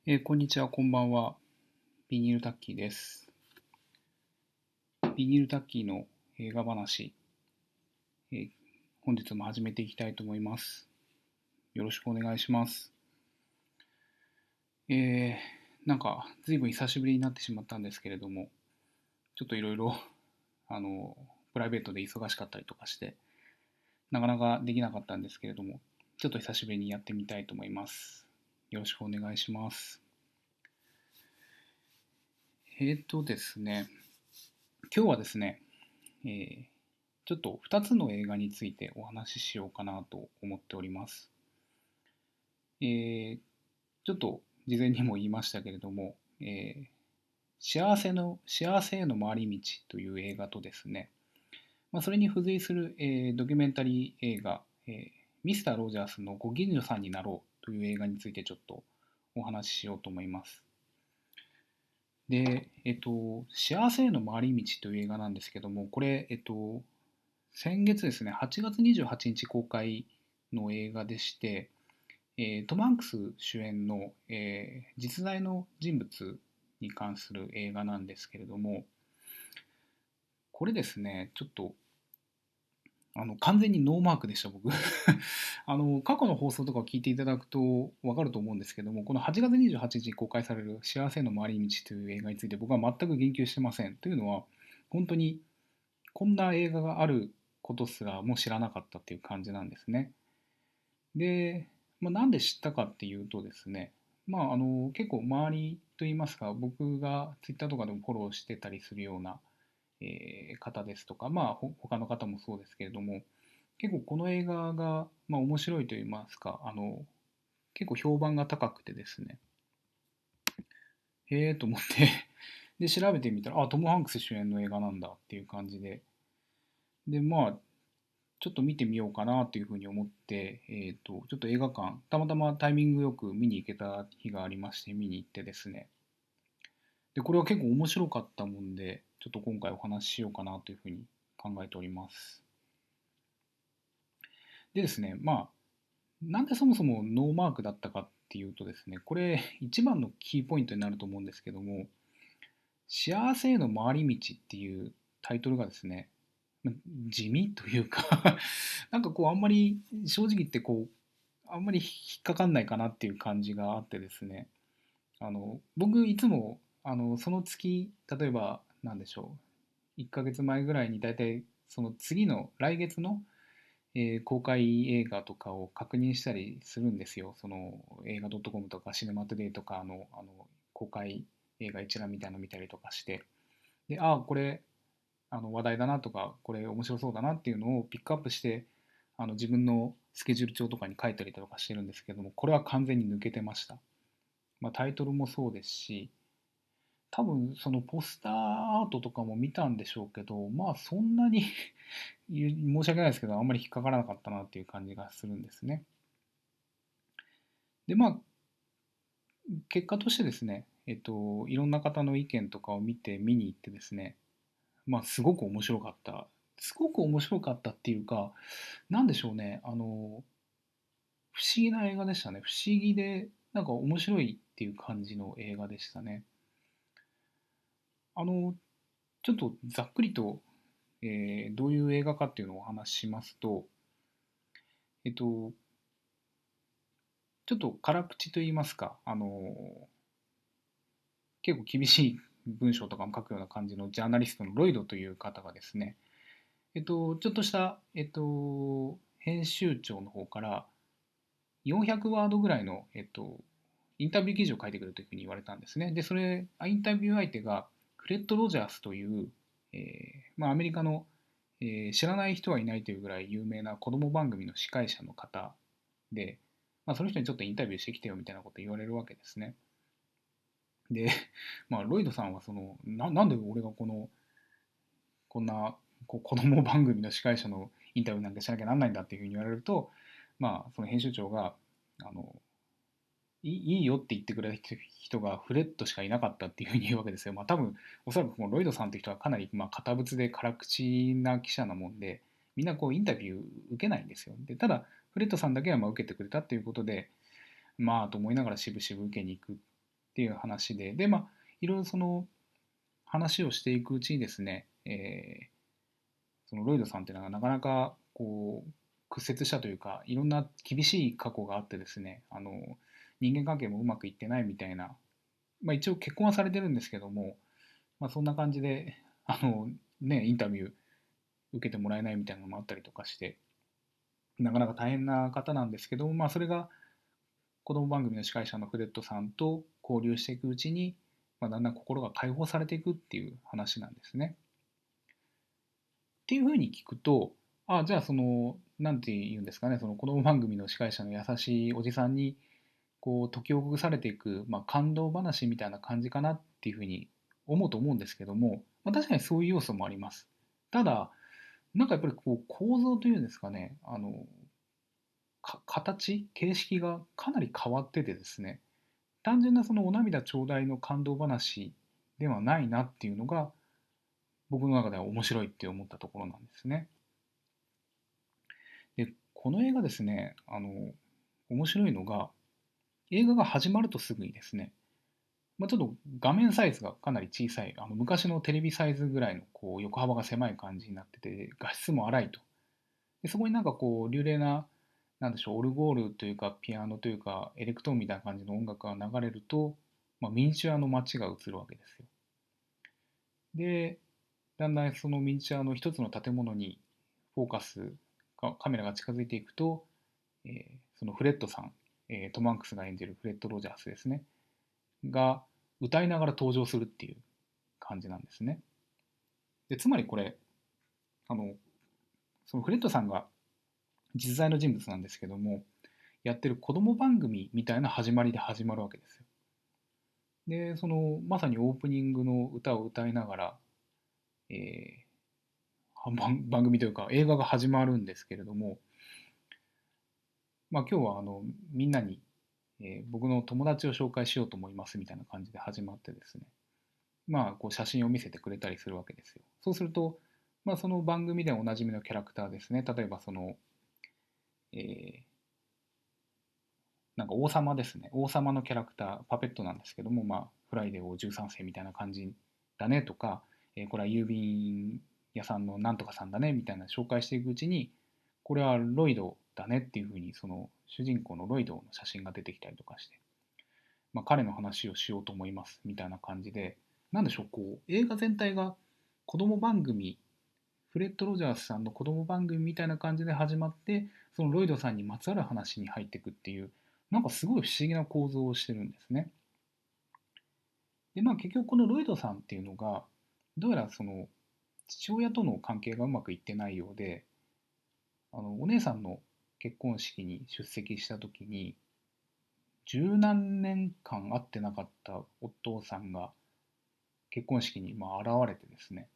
こんにちは、こんばんは。ビニールタッキーです。ビニールタッキーの映画話、えー本日も始めていきたいと思います。よろしくお願いします。なんか、ずいぶん久しぶりになってしまったんですけれども、ちょっといろいろ、あの、プライベートで忙しかったりとかして、なかなかできなかったんですけれども、ちょっと久しぶりにやってみたいと思います。よろしくお願いします。ですね、今日はですね、えーちょっと2つの映画についてお話ししようかなと思っております。えーちょっと事前にも言いましたけれども、幸せへの回り道という映画とですね、それに付随する、ドキュメンタリー映画、ミスター・ロジャースのご近所さんになろうという映画についてちょっとお話ししようと思います。で、幸せへの回り道という映画なんですけども、これ、先月ですね、8月28日公開の映画でして、トム・ハンクス主演の、実在の人物に関する映画なんですけれども、これですね、ちょっと完全にノーマークでした、僕。過去の放送とかを聞いていただくと分かると思うんですけども、この8月28日に公開される幸せの回り道という映画について僕は全く言及してません。というのは、本当にこんな映画があることすらもう知らなかったっていう感じなんですね。で、なんで知ったかっていうとですね、結構周りといいますか、僕がツイッターとかでもフォローしてたりするような、方ですとか、他の方もそうですけれども、結構この映画が、面白いといいますか、結構評判が高くてですね、へえと思ってで、調べてみたら、あ、トム・ハンクス主演の映画なんだっていう感じで、で、ちょっと見てみようかなというふうに思って、ちょっと映画館、たまたまタイミングよく見に行けた日がありまして、見に行ってですね。で、これは結構面白かったもんで、ちょっと今回お話ししようかなというふうに考えております。でですね、なんでそもそもノーマークだったかっていうとですね、これ一番のキーポイントになると思うんですけども、幸せへの回り道っていうタイトルがですね、地味というかなんかこうあんまり正直言ってこうあんまり引っかかんないかなっていう感じがあってですね、僕いつもその月、例えばなんでしょう、1ヶ月前ぐらいにだいたいその次の来月の、公開映画とかを確認したりするんですよ。その映画 .com とかシネマトゥデイとか公開映画一覧みたいなの見たりとかして、で、ああ、これ話題だなとか、これ面白そうだなっていうのをピックアップして、自分のスケジュール帳とかに書いたりとかしてるんですけども、これは完全に抜けてました。タイトルもそうですし、多分そのポスターアートとかも見たんでしょうけど、そんなに申し訳ないですけど、あんまり引っかからなかったなっていう感じがするんですね。で、結果としてですね、いろんな方の意見とかを見に行ってですね、すごく面白かった。すごく面白かったっていうか、なんでしょうね、不思議な映画でしたね。不思議で、なんか面白いっていう感じの映画でしたね。あの、ちょっとざっくりと、どういう映画かっていうのをお話ししますと、えっと、ちょっと辛口と言いますか、結構厳しい文章とかも書くような感じのジャーナリストのロイドという方がですね、ちょっとした、編集長の方から400ワードぐらいの、インタビュー記事を書いてくるというふうに言われたんですね。で、インタビュー相手がフレッド・ロジャースという、アメリカの、知らない人はいないというぐらい有名な子供番組の司会者の方で、その人にちょっとインタビューしてきてよみたいなこと言われるわけですね。で、ロイドさんはなんで俺がこんな子供番組の司会者のインタビューなんかしなきゃなんないんだっていうふうに言われると、その編集長が、あの、いいよって言ってくれた人がフレットしかいなかったっていうふうに言うわけですよ。多分、おそらくこのロイドさんっていう人はかなり堅物で辛口な記者なもんで、みんなこうインタビュー受けないんですよ。で、ただ、フレットさんだけは受けてくれたっていうことで、と思いながら渋々受けに行く。 ていう話で、いろいろその話をしていくうちにですね、そのロイドさんっていうのはなかなかこう屈折したというか、いろんな厳しい過去があってですね、人間関係もうまくいってないみたいな、一応結婚はされてるんですけども、そんな感じでインタビュー受けてもらえないみたいなのもあったりとかして、なかなか大変な方なんですけども、それが子供番組の司会者のフレッドさんと交流していくうちに、だんだん心が解放されていくっていう話なんですね。っていうふうに聞くと、じゃあなんて言うんですかね、その子供番組の司会者の優しいおじさんに、こう、解きほぐされていく、感動話みたいな感じかなっていうふうに思うと思うんですけども、確かにそういう要素もあります。ただ、なんかやっぱりこう構造というんですかね、形、形式がかなり変わっててですね、単純なそのお涙ちょうだいの感動話ではないなっていうのが、僕の中では面白いって思ったところなんですね。で、この映画ですね、面白いのが、映画が始まるとすぐにですね、ちょっと画面サイズがかなり小さい、昔のテレビサイズぐらいのこう横幅が狭い感じになってて、画質も荒いと。で、そこになんかこう、流麗な、なんでしょう、オルゴールというか、ピアノというか、エレクトーンみたいな感じの音楽が流れると、ミニチュアの街が映るわけですよ。で、だんだんそのミニチュアの一つの建物にフォーカス、カメラが近づいていくと、そのフレッドさん、トム・ハンクスが演じるフレッド・ロジャースですね、が歌いながら登場するっていう感じなんですね。で、つまりこれ、あの、そのフレッドさんが実在の人物なんですけども、やってる子供番組みたいな始まりで始まるわけですよ。で、まさにオープニングの歌を歌いながら、え番組というか映画が始まるんですけれども、今日はみんなに、僕の友達を紹介しようと思いますみたいな感じで始まってですね、こう写真を見せてくれたりするわけですよ。そうすると、その番組でおなじみのキャラクターですね、例えばえーなんか王様ですね。王様のキャラクター、パペットなんですけども、フライデーを13世みたいな感じだねとか、これは郵便屋さんのなんとかさんだねみたいな紹介していくうちに、これはロイドだねっていうふうに、その主人公のロイドの写真が出てきたりとかして、彼の話をしようと思いますみたいな感じで、なんでしょう、こう、映画全体が子供番組、フレッド・ロジャースさんの子供番組みたいな感じで始まって、そのロイドさんにまつわる話に入っていくっていう、なんかすごい不思議な構造をしてるんですね。で、結局このロイドさんっていうのが、どうやらその父親との関係がうまくいってないようで、お姉さんの結婚式に出席した時に、十何年間会ってなかったお父さんが結婚式に現れてですね、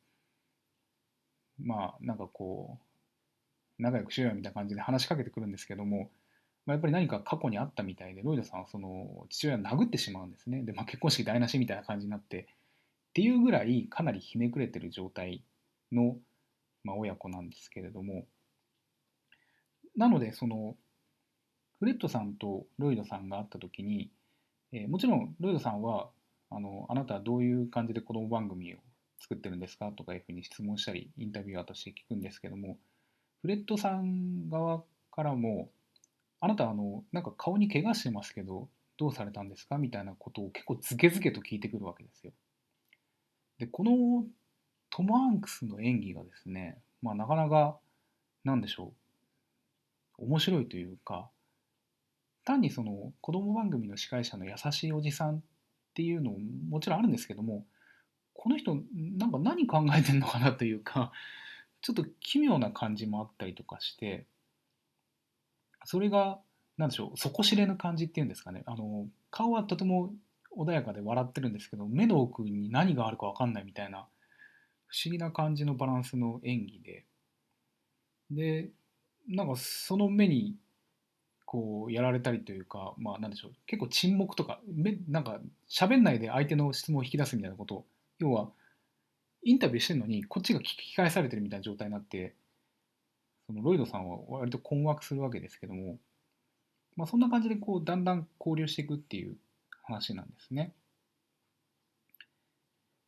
なんかこう、仲良くしようよみたいな感じで話しかけてくるんですけども、やっぱり何か過去にあったみたいで、ロイドさんはその父親を殴ってしまうんですね。で、結婚式台無しみたいな感じになって、っていうぐらいかなりひねくれてる状態の、親子なんですけれども、なので、フレッドさんとロイドさんが会った時に、もちろんロイドさんは、あなたはどういう感じで子供番組を作ってるんですかとかいうふうに質問したり、インタビュアーとして聞くんですけども、フレッドさん側からも、あなたなんか顔に怪我してますけど、どうされたんですかみたいなことを結構ズケズケと聞いてくるわけですよ。で、このトム・ハンクスの演技がですね、なかなか、なんでしょう、面白いというか、単にその子供番組の司会者の優しいおじさんっていうのももちろんあるんですけども、この人、なんか何考えてんのかなというか、ちょっと奇妙な感じもあったりとかして、それが、なんでしょう、底知れぬ感じっていうんですかね。顔はとても穏やかで笑ってるんですけど、目の奥に何があるか分かんないみたいな、不思議な感じのバランスの演技で、なんかその目に、こう、やられたりというか、なんでしょう、結構沈黙とか、なんか、喋んないで相手の質問を引き出すみたいなことを、要は、インタビューしてるのに、こっちが聞き返されてるみたいな状態になって、そのロイドさんは割と困惑するわけですけども、そんな感じでこうだんだん交流していくっていう話なんですね。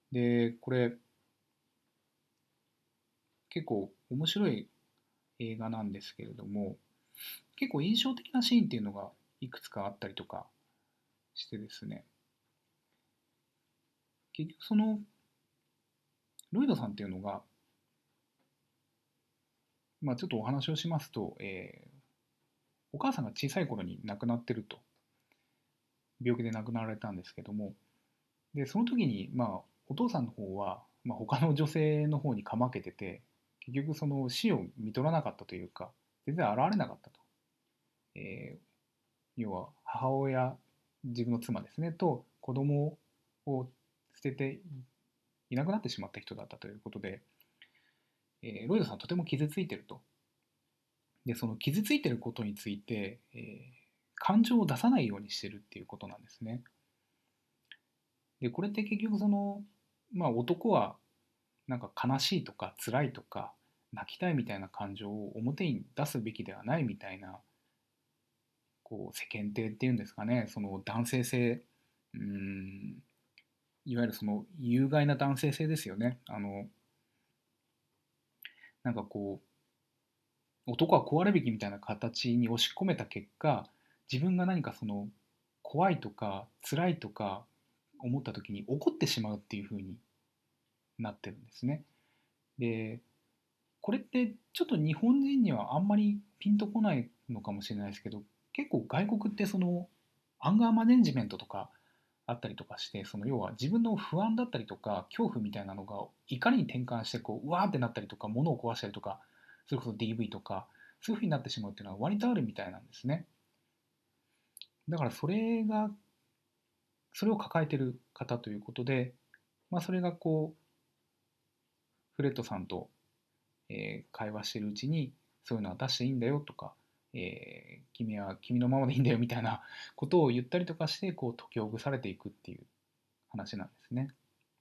で、これ結構面白い映画なんですけれども、結構印象的なシーンっていうのがいくつかあったりとかしてですね、結局そのロイドさんっていうのが、ちょっとお話をしますと、お母さんが小さい頃に亡くなってると、病気で亡くなられたんですけども、で、その時に、お父さんの方は、他の女性の方にかまけてて、結局その死を見取らなかったというか、全然現れなかったと。えー要は母親、自分の妻ですね、と子供を捨てていなくなってしまった人だったということで、ロイドさんはとても傷ついてると。で、その傷ついてることについて、感情を出さないようにしてるっていうことなんですね。で、これって結局その、男はなんか悲しいとか辛いとか泣きたいみたいな感情を表に出すべきではないみたいな、こう世間体っていうんですかね、その男性性、うーん、いわゆるその有害な男性性ですよね。なんかこう、男はこうあるべきみたいな形に押し込めた結果、自分が何かその怖いとか辛いとか思った時に怒ってしまうっていう風になってるんですね。で、これってちょっと日本人にはあんまりピンとこないのかもしれないですけど、結構外国ってそのアンガーマネジメントとかあったりとかして、その要は自分の不安だったりとか恐怖みたいなのが怒りに転換してこううわーってなったりとか物を壊したりとか、それこそ DV とかそういう風になってしまうっていうのは割とあるみたいなんですね。だからそれを抱えてる方ということで、それがこうフレットさんと会話してるうちにそういうのは出していいんだよとか、君は君のままでいいんだよみたいなことを言ったりとかしてこう解きほぐされていくっていう話なんですね。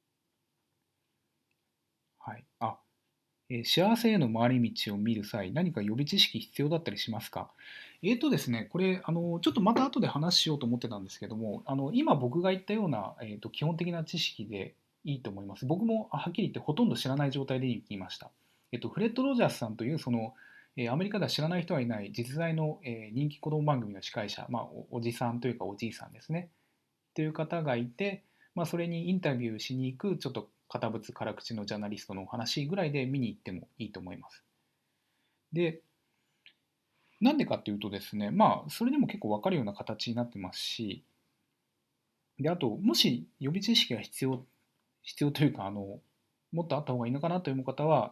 はい。幸せへの回り道を見る際、何か予備知識必要だったりしますか？ですね、これ、ちょっとまた後で話しようと思ってたんですけども、今僕が言ったような、基本的な知識でいいと思います。僕もはっきり言ってほとんど知らない状態で言いました。フレッド・ロジャースさんという、その、アメリカでは知らない人はいない実在の、人気子供番組の司会者、おじさんというかおじいさんですね。という方がいて、それにインタビューしに行くちょっと堅物辛口のジャーナリストのお話ぐらいで見に行ってもいいと思います。で、なんでかっていうとですね、それでも結構わかるような形になってますし、で、あと、もし予備知識が必要というか、もっとあった方がいいのかなという方は、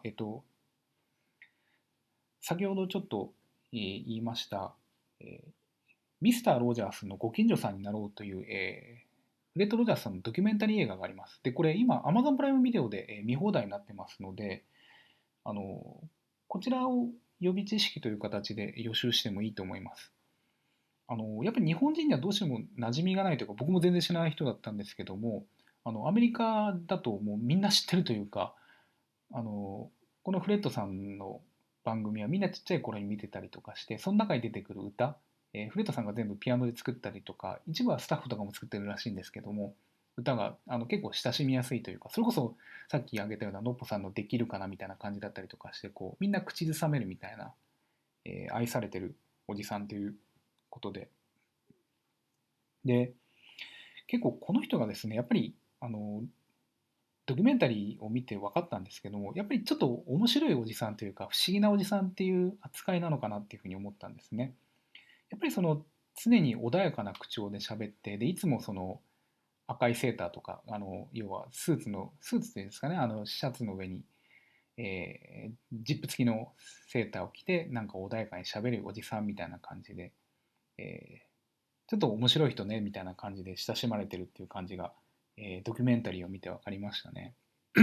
先ほどちょっと、言いました、えーミスター・ロジャースのご近所さんになろうという、フレッド・ロジャースさんのドキュメンタリー映画があります。で、これ今、Amazon プライムビデオで、見放題になってますので、あの、こちらを予備知識という形で予習してもいいと思います。やっぱり日本人にはどうしても馴染みがないというか、僕も全然知らない人だったんですけども、アメリカだともうみんな知ってるというか、あの、このフレッドさんの番組はみんなちっちゃい頃に見てたりとかして、その中に出てくる歌、フレッドさんが全部ピアノで作ったりとか、一部はスタッフとかも作ってるらしいんですけども、歌が結構親しみやすいというか、それこそさっき挙げたようなのっぽさんのできるかなみたいな感じだったりとかして、こうみんな口ずさめるみたいな、愛されてるおじさんということで、で、結構この人がですね、やっぱりドキュメンタリーを見て分かったんですけども、やっぱりちょっと面白いおじさんというか、不思議なおじさんっていう扱いなのかなっていうふうに思ったんですね。やっぱりその常に穏やかな口調で喋って、で、いつもその赤いセーターとか、要はスーツっていうんですかね、シャツの上に、ジップ付きのセーターを着て、なんか穏やかに喋るおじさんみたいな感じで、ちょっと面白い人ね、みたいな感じで親しまれてるっていう感じが、ドキュメンタリーを見て分かりましたね。うん。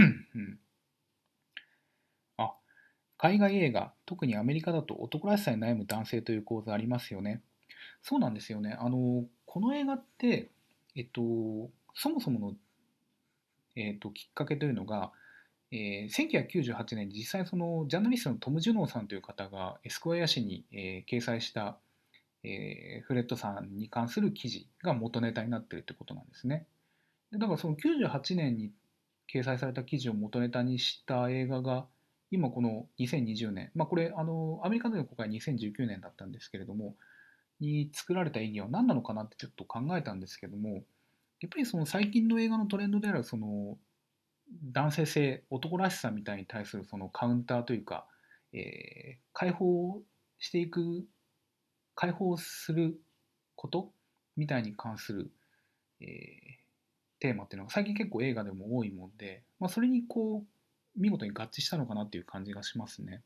あ、海外映画、特にアメリカだと男らしさに悩む男性という構図ありますよね。そうなんですよね。この映画って、そもそもの、きっかけというのが、1998年に実際そのジャーナリストのトム・ジュノーさんという方がエスクワイア紙に、掲載した、フレッドさんに関する記事が元ネタになっているということなんですね。でだからその98年に掲載された記事を元ネタにした映画が、今この2020年、これアメリカでの公開は2019年だったんですけれども、に作られた意義は何なのかなってちょっと考えたんですけども、やっぱりその最近の映画のトレンドであるその男性性、男らしさみたいに対するそのカウンターというか、解放していく、解放することみたいに関する、えーテーマっていうのが最近結構映画でも多いもんで、それにこう見事に合致したのかなっていう感じがしますね。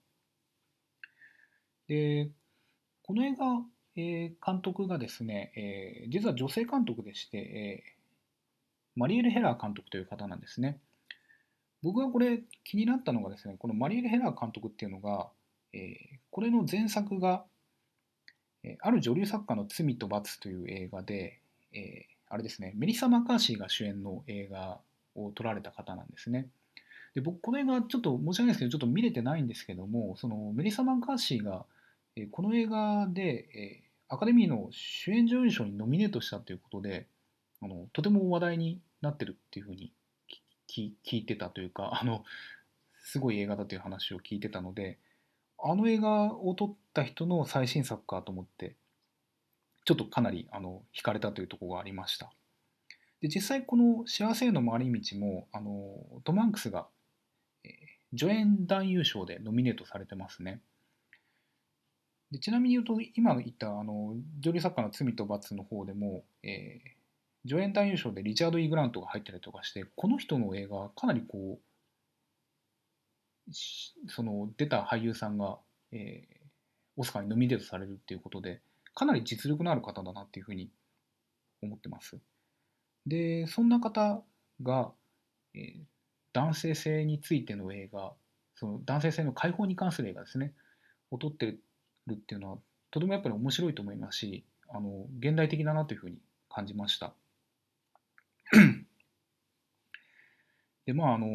で、この映画、監督がですね、実は女性監督でして、マリエル・ヘラー監督という方なんですね。僕がこれ気になったのがですね、このマリエル・ヘラー監督っていうのが、これの前作が、ある女流作家の罪と罰という映画で、あれですね、メリッサ・マッカーシーが主演の映画を撮られた方なんですね。で、僕、この映画、ちょっと申し訳ないですけど、ちょっと見れてないんですけども、そのメリッサ・マッカーシーが、この映画で、アカデミーの主演女優賞にノミネートしたということで、とても話題になってるっていうふうに聞いてたというか、すごい映画だという話を聞いてたので、あの映画を撮った人の最新作かと思って、ちょっとかなり惹かれたというところがありました。で、実際この幸せへの回り道も、トム・ハンクスが、えー助演男優賞でノミネートされてますね。で、ちなみに言うと、今言った女流作家の罪と罰の方でも、助演男優賞でリチャード・イー・グラントが入ったりとかして、この人の映画、かなりこう、その出た俳優さんが、えーオスカーにノミネートされるっていうことで、かなり実力のある方だなっていうふうに思ってます。で、そんな方が、えー男性性についての映画、その男性性の解放に関する映画ですね、を撮ってるっていうのは、とてもやっぱり面白いと思いますし、現代的だなというふうに感じました。で、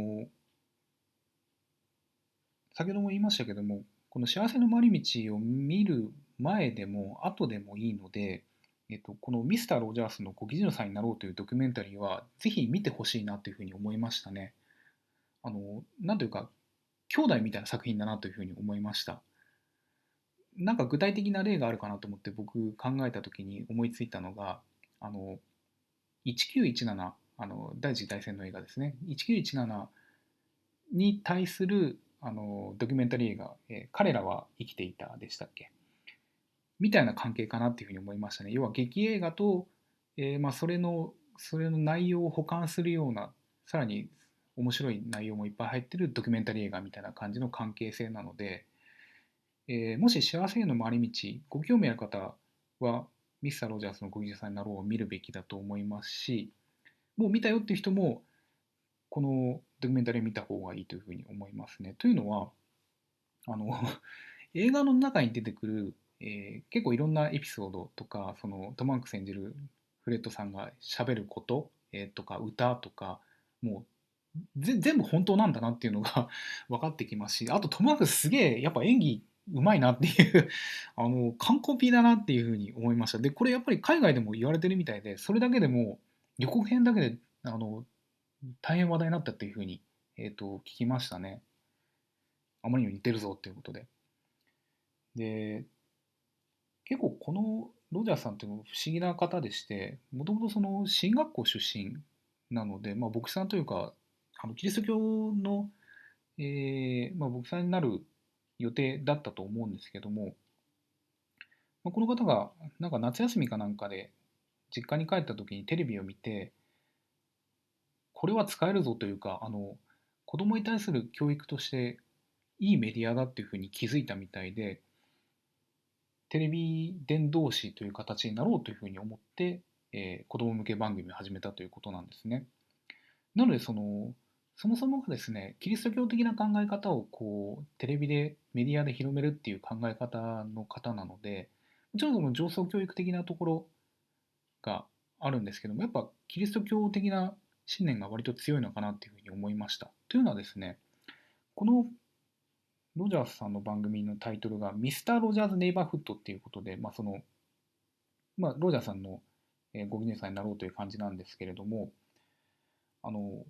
先ほども言いましたけども、この幸せの回り道を見る前でも後でもいいので、このミスター・ロジャースのご記事のさんになろうというドキュメンタリーは、ぜひ見てほしいなというふうに思いましたね。なんというか、兄弟みたいな作品だなというふうに思いました。なんか具体的な例があるかなと思って僕考えた時に思いついたのが、あの、1917、第一次大戦の映画ですね。1917に対するドキュメンタリー映画、彼らは生きていたでしたっけみたいな関係かなっていうふうに思いましたね。要は劇映画と、それの内容を補完するような、さらに面白い内容もいっぱい入ってるドキュメンタリー映画みたいな感じの関係性なので、もし幸せへの回り道、ご興味ある方は、ミスター・ロジャースのご技術さんになろうを見るべきだと思いますし、もう見たよっていう人も、このドキュメンタリー見た方がいいというふうに思いますね。というのは、あの映画の中に出てくる、結構いろんなエピソードとか、そのトム・ハンクス演じるフレッドさんが喋ること、とか歌とか、もう全部本当なんだなっていうのが分かってきますし、あとトム・ハンクスすげえやっぱ演技うまいなっていう完コピだなっていうふうに思いました。で、これやっぱり海外でも言われてるみたいで、それだけでも予告編だけで大変話題になったっていうふうに、聞きましたね。あまりにも似てるぞっていうことで。で、結構このロジャーさんっていうのは不思議な方でして、もともとその神学校出身なので、牧師さんというか、キリスト教の、牧師さんになる予定だったと思うんですけども、この方がなんか夏休みかなんかで実家に帰った時にテレビを見て、これは使えるぞというか、子供に対する教育としていいメディアだっていうふうに気づいたみたいで、テレビ伝道師という形になろうというふうに思って、子ども向け番組を始めたということなんですね。なのでそもそもがですね、キリスト教的な考え方をこうテレビでメディアで広めるっていう考え方の方なので、もちろんその上層教育的なところがあるんですけども、やっぱキリスト教的な信念が割と強いのかなっていうふうに思いました。というのはですね、このロジャースさんの番組のタイトルがミスター・ロジャーズ・ネイバーフッドっていうことで、ロジャーさんのご技術さんになろうという感じなんですけれども、あの、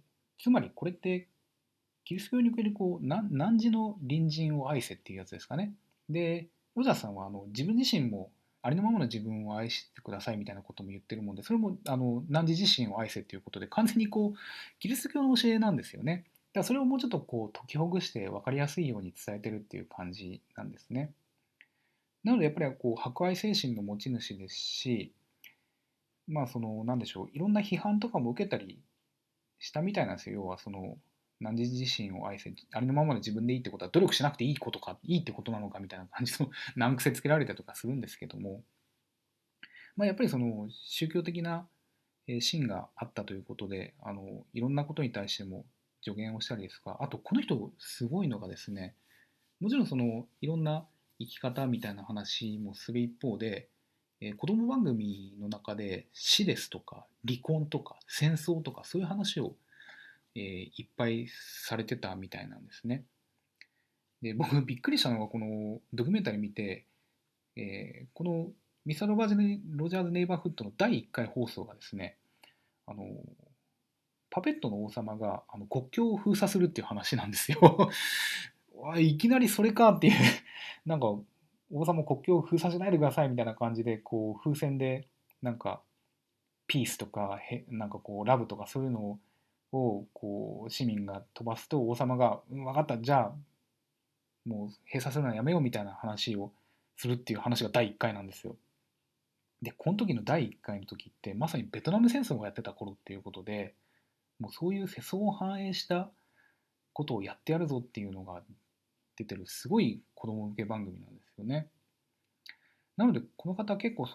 つまりこれってキリスト教における汝の隣人を愛せっていうやつですかね。で、ロジャーさんは自分自身もありのままの自分を愛してくださいみたいなことも言ってるもんで、それも汝自身を愛せっていうことで、完全にキリスト教の教えなんですよね。だからそれをもうちょっと解きほぐして分かりやすいように伝えてるっていう感じなんですね。なのでやっぱり博愛精神の持ち主ですし、まあなんでしょう、いろんな批判とかも受けたりしたみたいなんですよ。要は何自身を愛せ、ありのままで自分でいいってことは努力しなくていいことか、いいってことなのかみたいな感じの難癖つけられたりとかするんですけども、まあ、やっぱり宗教的な芯があったということで、いろんなことに対しても助言をしたりですとか、あとこの人すごいのがですね、もちろんいろんな生き方みたいな話もする一方で、子供番組の中で死ですとか離婚とか戦争とかそういう話を、いっぱいされてたみたいなんですね。で、僕びっくりしたのがこのドキュメンタリー見て、このミスター・ロジャーズ・ネイバーフッドの第1回放送がですね、あのパペットの王様が国境を封鎖するっていう話なんですよ。いきなりそれかっていうなんか王様国境を封鎖しないでくださいみたいな感じで風船でなんかピースとかなんかラブとかそういうのを市民が飛ばすと王様が「うん、分かったじゃあもう閉鎖するのはやめよう」みたいな話をするっていう話が第1回なんですよ。でこの時の第1回の時ってまさにベトナム戦争をやってた頃っていうことで、もうそういう世相を反映したことをやってやるぞっていうのが出てるすごい子供向け番組なんですよね。なのでこの方は結構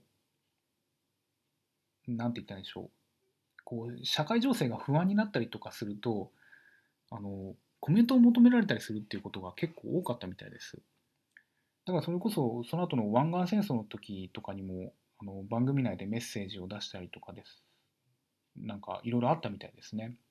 なんて言ったらいいんでしょう、社会情勢が不安になったりとかするとコメントを求められたりするっていうことが結構多かったみたいです。だからそれこそその後の湾岸戦争の時とかにも番組内でメッセージを出したりとかです。なんかいろいろあったみたいですね。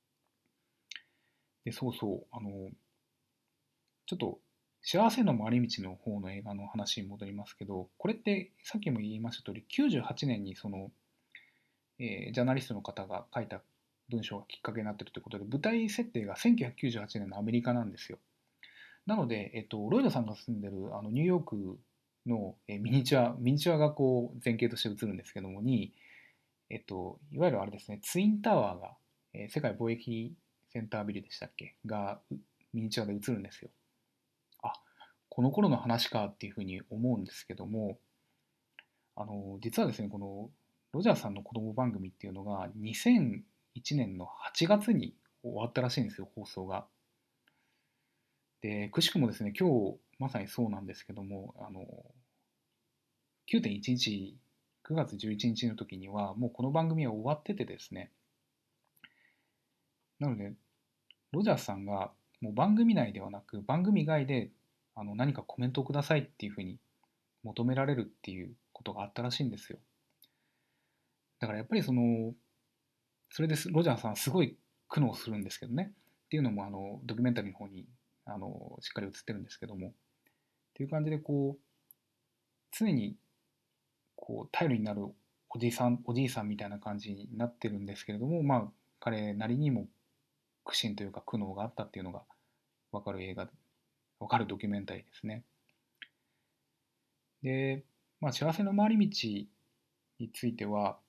で、そうそう、ちょっと幸せの回り道の方の映画の話に戻りますけど、これってさっきも言いました通り、98年にジャーナリストの方が書いた文章がきっかけになっているということで、舞台設定が1998年のアメリカなんですよ。なので、ロイドさんが住んでるニューヨークのミニチュアが前景として映るんですけどもいわゆるあれですね、ツインタワーが、世界貿易センタービルでしたっけがミニチュアで映るんですよ。あ、この頃の話かっていうふうに思うんですけども、実はですね、このロジャーさんの子供番組っていうのが2001年の8月に終わったらしいんですよ、放送が。で、くしくもですね、今日まさにそうなんですけども、9.11、9月11日の時にはもうこの番組は終わっててですね、なので、ロジャーさんがもう番組内ではなく番組外で何かコメントをくださいっていうふうに求められるっていうことがあったらしいんですよ。だからやっぱりそれですロジャーさんはすごい苦悩するんですけどね。っていうのもドキュメンタリーの方にしっかり映ってるんですけども。っていう感じで常に頼りになるおじいさんみたいな感じになってるんですけれども、まあ彼なりにも苦心というか苦悩があったっていうのが分かる分かるドキュメンタリーですね。で、まあ幸せの回り道については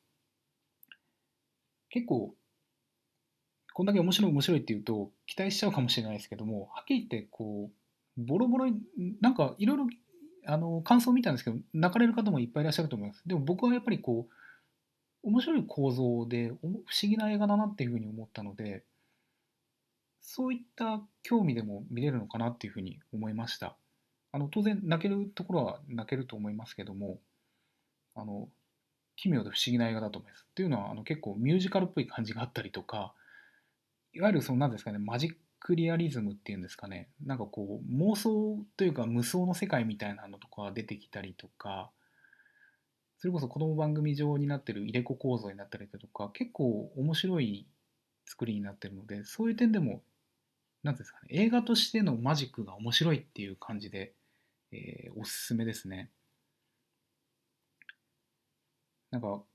結構こんだけ面白いっていうと期待しちゃうかもしれないですけども、はっきり言ってボロボロになんかいろいろ感想を見たんですけど泣かれる方もいっぱいいらっしゃると思います。でも僕はやっぱり面白い構造で不思議な映画だなっていうふうに思ったので、そういった興味でも見れるのかなっていうふうに思いました。当然泣けるところは泣けると思いますけども、あの奇妙で不思議な映画だと思います。っていうのは結構ミュージカルっぽい感じがあったりとか、いわゆる何ですかね、マジックリアリズムっていうんですかね、なんか妄想というか無双の世界みたいなのとかが出てきたりとか、それこそ子供番組上になってる入れ子構造になったりだとか、結構面白い作りになってるので、そういう点でも、なんていうんですかね、映画としてのマジックが面白いっていう感じで、おすすめですね。なんか、ちょ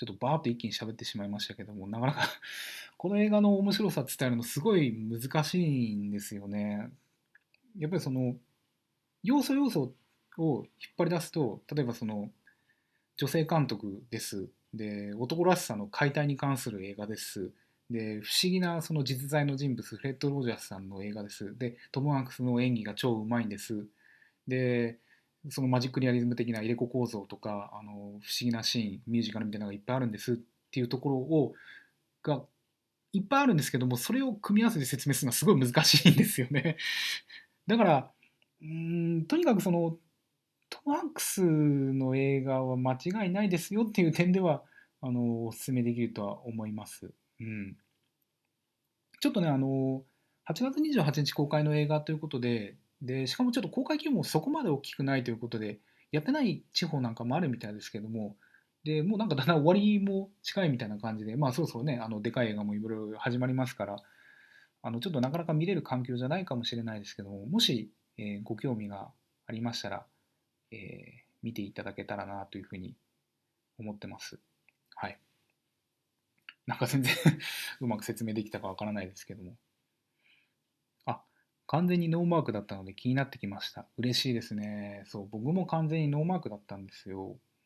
ちょっとバーッと一気に喋ってしまいましたけども、なかなかこの映画の面白さって伝えるのすごい難しいんですよね。やっぱりその要素を引っ張り出すと、例えばその女性監督です。で、男らしさの解体に関する映画です。で、不思議なその実在の人物、フレッド・ロジャースさんの映画です。で、トム・ハンクスの演技が超うまいんです。で、そのマジックリアリズム的な入れ子構造とか、不思議なシーン、ミュージカルみたいなのがいっぱいあるんですっていうところがいっぱいあるんですけども、それを組み合わせて説明するのはすごい難しいんですよね。だから、とにかくそのトム・ハンクスの映画は間違いないですよっていう点では、お勧めできるとは思います。うん。ちょっとね、8月28日公開の映画ということで、しかもちょっと公開規模もそこまで大きくないということで、やってない地方なんかもあるみたいですけども、で、もうなんかだんだん終わりも近いみたいな感じで、まあそろそろね、でかい映画もいろいろ始まりますから、ちょっとなかなか見れる環境じゃないかもしれないですけども、もし、ご興味がありましたら、え見ていただけたらなというふうに思ってます。はい。なんか全然うまく説明できたかわからないですけども。あ、完全にノーマークだったので気になってきました。嬉しいですね。そう、僕も完全にノーマークだったんですよ。うん。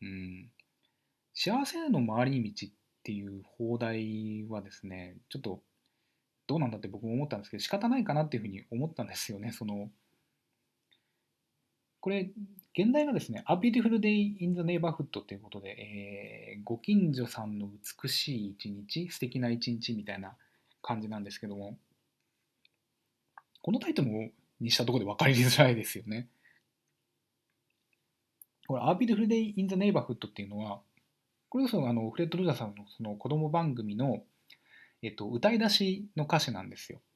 幸せの回り道っていう放題はですね、ちょっとどうなんだって僕も思ったんですけど、仕方ないかなっていうふうに思ったんですよね。これ、現代がですね、A Beautiful Day in the Neighborhood ということで、ご近所さんの美しい一日、素敵な一日みたいな感じなんですけども、このタイトルにしたところで分かりづらいですよね。これ、A Beautiful Day in the Neighborhood っていうのは、これこそフレッド・ロジャーさんのその子供番組の、歌い出しの歌詞なんですよ。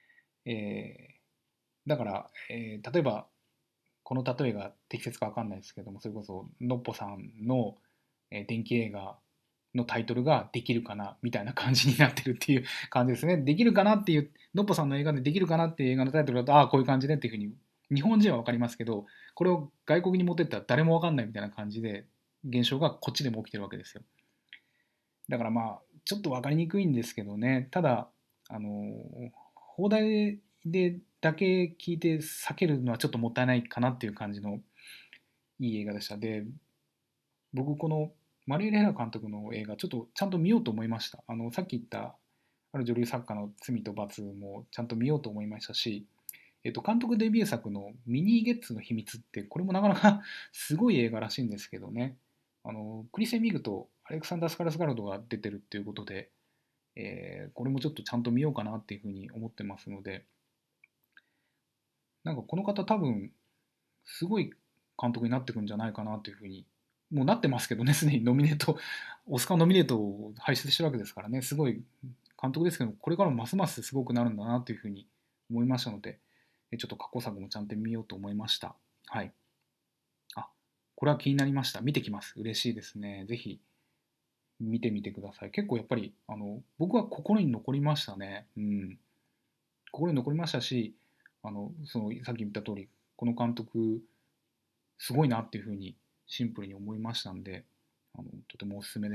だから、例えば、この例えが適切か分かんないですけども、それこそ、のっぽさんの、電気映画のタイトルができるかなみたいな感じになってるっていう感じですね。できるかなっていう、のっぽさんの映画でできるかなっていう映画のタイトルだと、ああ、こういう感じねっていうふうに、日本人は分かりますけど、これを外国に持ってったら誰も分かんないみたいな感じで、現象がこっちでも起きてるわけですよ。だからまあ、ちょっと分かりにくいんですけどね、ただ、放題でだけ聞いて避けるのはちょっともったいないかなっていう感じのいい映画でした。で、僕このマリエル・ヘラ監督の映画ちょっとちゃんと見ようと思いました。さっき言ったある女流作家の罪と罰もちゃんと見ようと思いましたし、監督デビュー作のミニー・ゲッツの秘密ってこれもなかなかすごい映画らしいんですけどね、クリセ・ミグとアレクサンダー・スカルスガルドが出てるっていうことで、これもちょっとちゃんと見ようかなっていうふうに思ってますので、なんかこの方多分すごい監督になってくんじゃないかなというふうに、もうなってますけどね、すでにノミネート、オスカーノミネートを輩出してるわけですからね、すごい監督ですけど、これからもますますすごくなるんだなというふうに思いましたので、ちょっと過去作もちゃんと見ようと思いました。はい。あ、これは気になりました。見てきます。嬉しいですね。ぜひ見てみてください。結構やっぱり、僕は心に残りましたね。うん。心に残りましたし、さっき言った通り、この監督、すごいなっていうふうにシンプルに思いましたんで、とてもおすすめです。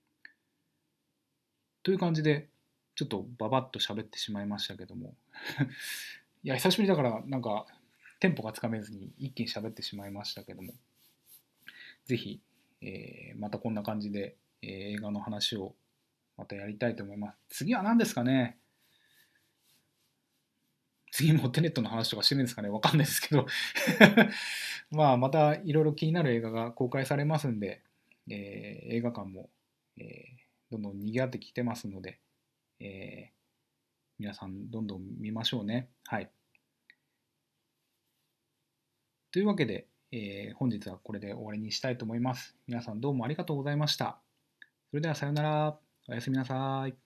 という感じで、ちょっとババッと喋ってしまいましたけども、いや、久しぶりだから、なんか、テンポがつかめずに一気に喋ってしまいましたけども、ぜひ、またこんな感じで、映画の話をまたやりたいと思います。次は何ですかね。次もテネットの話とかしてるんですかね。わかんないですけどまあ、またいろいろ気になる映画が公開されますんで、映画館も、どんどん賑わってきてますので、え皆さんどんどん見ましょうね。はい。というわけで、本日はこれで終わりにしたいと思います。皆さんどうもありがとうございました。それではさようなら。おやすみなさい。